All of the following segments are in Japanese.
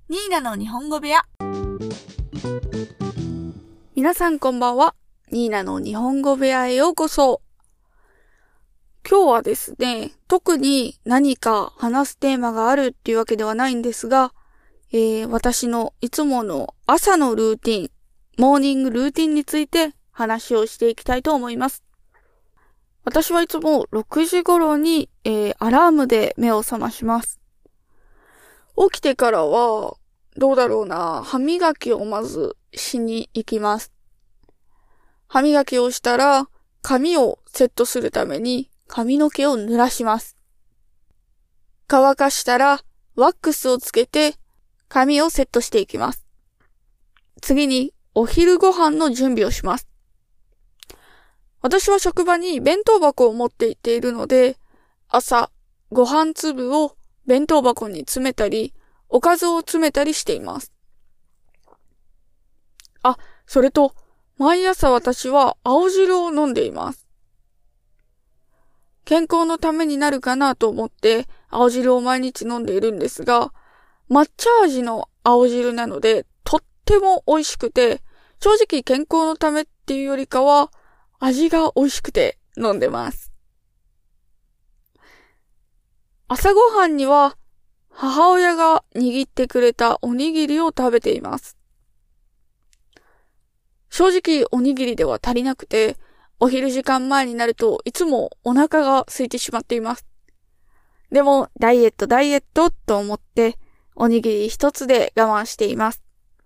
ニーナの日本語部屋。 皆さんこんばんは。ニーナの日本語部屋へようこそ。今日はですね、特に何か話すテーマがあるっていうわけではないんですが、私のいつもの朝のルーティン、モーニングルーティンについて話をしていきたいと思います。私はいつも6時頃に、アラームで目を覚まします。起きてからは、どうだろうな、歯磨きをまずしに行きます。歯磨きをしたら、髪をセットするために髪の毛を濡らします。乾かしたら、ワックスをつけて髪をセットしていきます。次に、お昼ご飯の準備をします。私は職場に弁当箱を持って行っているので、朝、ご飯粒を弁当箱に詰めたり、おかずを詰めたりしています。それと、毎朝私は青汁を飲んでいます。健康のためになるかなと思って青汁を毎日飲んでいるんですが、抹茶味の青汁なのでとっても美味しくて、正直健康のためっていうよりかは味が美味しくて飲んでます。朝ごはんには母親が握ってくれたおにぎりを食べています。正直おにぎりでは足りなくて、お昼時間前になるといつもお腹が空いてしまっています。でもダイエットと思っておにぎり一つで我慢しています。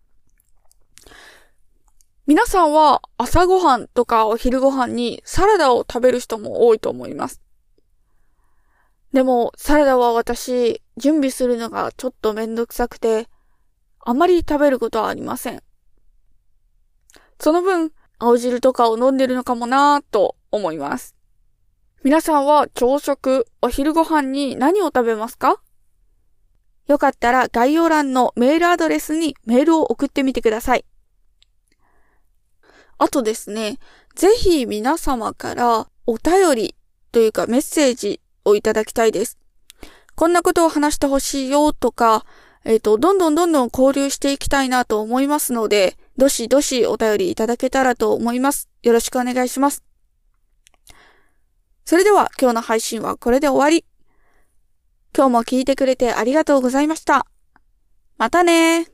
皆さんは朝ごはんとかお昼ごはんにサラダを食べる人も多いと思います。でもサラダは私準備するのがちょっとめんどくさくてあまり食べることはありません。その分青汁とかを飲んでるのかもなぁと思います。皆さんは朝食、お昼ご飯に何を食べますか？よかったら概要欄のメールアドレスにメールを送ってみてください。あとですね、ぜひ皆様からお便りというかメッセージをいただきたいです。こんなことを話してほしいよとか、どんどん交流していきたいなと思いますので、どしどしお便りいただけたらと思います。よろしくお願いします。それでは今日の配信はこれで終わり。今日も聞いてくれてありがとうございました。またねー。